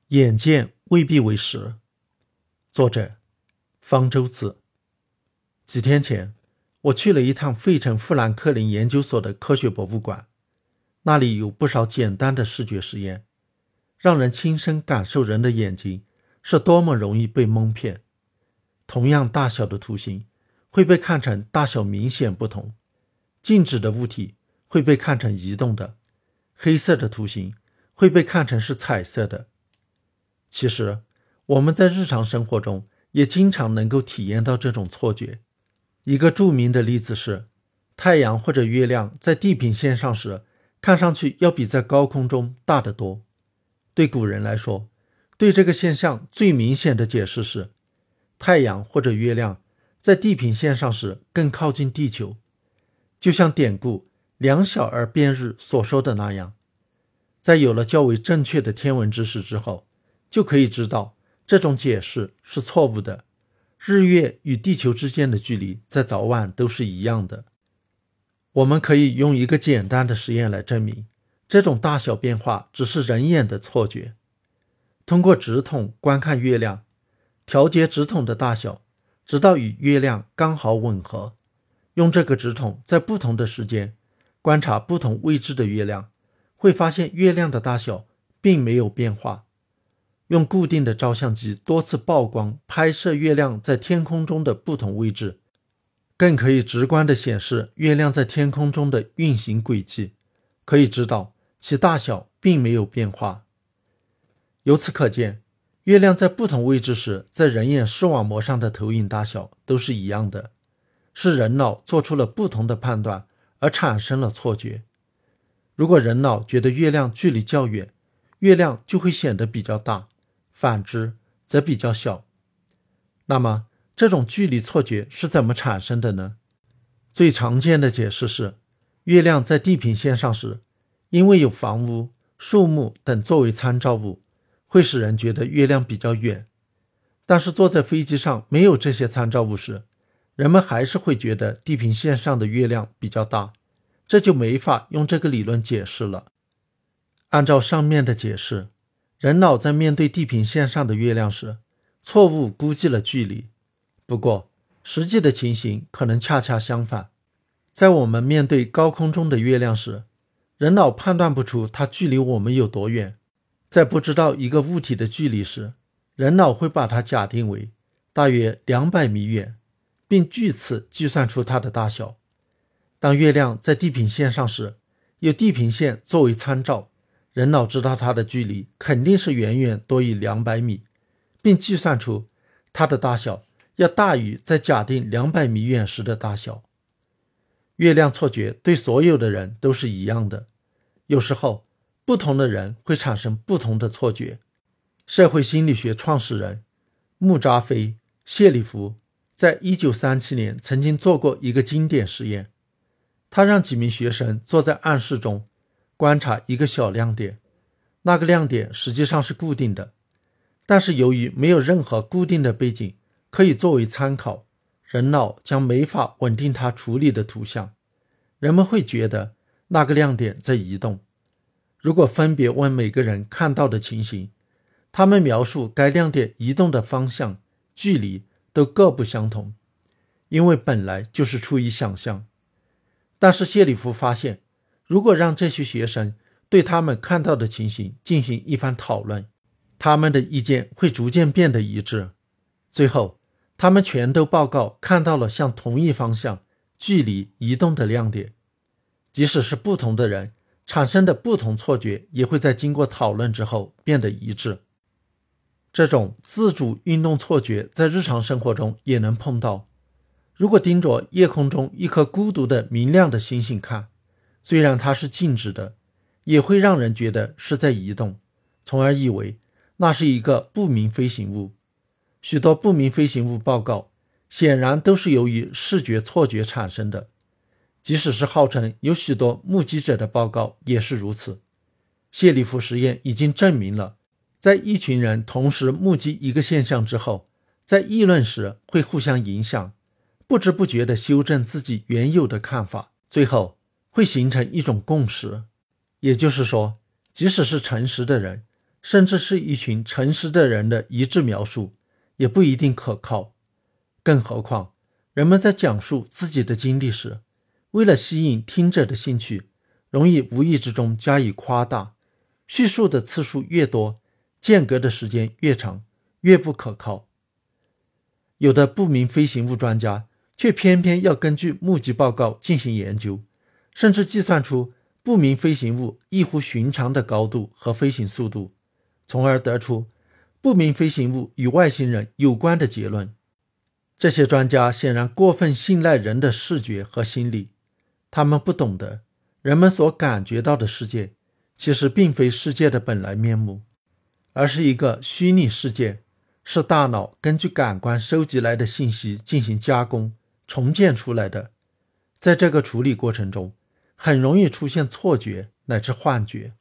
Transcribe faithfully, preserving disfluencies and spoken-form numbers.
眼见未必为实。作者方舟子。几天前，我去了一趟费城富兰克林研究所的科学博物馆，那里有不少简单的视觉实验，让人亲身感受人的眼睛是多么容易被蒙骗。同样大小的图形会被看成大小明显不同，静止的物体会被看成移动的，黑色的图形会被看成是彩色的。其实我们在日常生活中也经常能够体验到这种错觉。一个著名的例子是，太阳或者月亮在地平线上时，看上去要比在高空中大得多。对古人来说，对这个现象最明显的解释是，太阳或者月亮在地平线上时更靠近地球，就像典故两小儿辩日所说的那样。在有了较为正确的天文知识之后，就可以知道这种解释是错误的。日月与地球之间的距离在早晚都是一样的。我们可以用一个简单的实验来证明，这种大小变化只是人眼的错觉。通过直筒观看月亮，调节直筒的大小，直到与月亮刚好吻合。用这个直筒在不同的时间观察不同位置的月亮，会发现月亮的大小并没有变化。用固定的照相机多次曝光拍摄月亮在天空中的不同位置，更可以直观地显示月亮在天空中的运行轨迹，可以知道其大小并没有变化。由此可见，月亮在不同位置时在人眼视网膜上的投影大小都是一样的，是人脑做出了不同的判断而产生了错觉。如果人脑觉得月亮距离较远，月亮就会显得比较大，反之则比较小。那么这种距离错觉是怎么产生的呢？最常见的解释是，月亮在地平线上时，因为有房屋、树木等作为参照物，会使人觉得月亮比较远。但是坐在飞机上没有这些参照物时，人们还是会觉得地平线上的月亮比较大，这就没法用这个理论解释了。按照上面的解释，人脑在面对地平线上的月亮时，错误估计了距离。不过，实际的情形可能恰恰相反。在我们面对高空中的月亮时，人脑判断不出它距离我们有多远。在不知道一个物体的距离时，人脑会把它假定为大约两百米远，并据此计算出它的大小。当月亮在地平线上时，有地平线作为参照，人脑知道它的距离肯定是远远多于两百米，并计算出它的大小要大于在假定两百米远时的大小。月亮错觉对所有的人都是一样的，有时候不同的人会产生不同的错觉。社会心理学创始人穆扎菲·谢里夫在一九三七年曾经做过一个经典实验。他让几名学生坐在暗室中观察一个小亮点，那个亮点实际上是固定的，但是由于没有任何固定的背景可以作为参考，人脑将没法稳定它处理的图像，人们会觉得那个亮点在移动。如果分别问每个人看到的情形，他们描述该亮点移动的方向、距离都各不相同，因为本来就是出于想象。但是谢里夫发现，如果让这些学生对他们看到的情形进行一番讨论，他们的意见会逐渐变得一致。最后，他们全都报告看到了向同一方向、距离移动的亮点。即使是不同的人产生的不同错觉，也会在经过讨论之后变得一致。这种自主运动错觉在日常生活中也能碰到。如果盯着夜空中一颗孤独的明亮的星星看，虽然它是静止的，也会让人觉得是在移动，从而以为那是一个不明飞行物。许多不明飞行物报告显然都是由于视觉错觉产生的，即使是号称有许多目击者的报告也是如此。谢里夫实验已经证明了，在一群人同时目击一个现象之后，在议论时会互相影响，不知不觉地修正自己原有的看法，最后会形成一种共识。也就是说，即使是诚实的人， 甚至是一群诚实的人的一致描述，也不一定可靠。更何况，人们在讲述自己的经历时，为了吸引听者的兴趣，容易无意之中加以夸大，叙述的次数越多，间隔的时间越长，越不可靠。有的不明飞行物专家却偏偏要根据目击报告进行研究，甚至计算出不明飞行物异乎寻常的高度和飞行速度，从而得出不明飞行物与外星人有关的结论。这些专家显然过分信赖人的视觉和心理，他们不懂得人们所感觉到的世界其实并非世界的本来面目，而是一个虚拟世界，是大脑根据感官收集来的信息进行加工重建出来的。在这个处理过程中，很容易出现错觉乃至幻觉。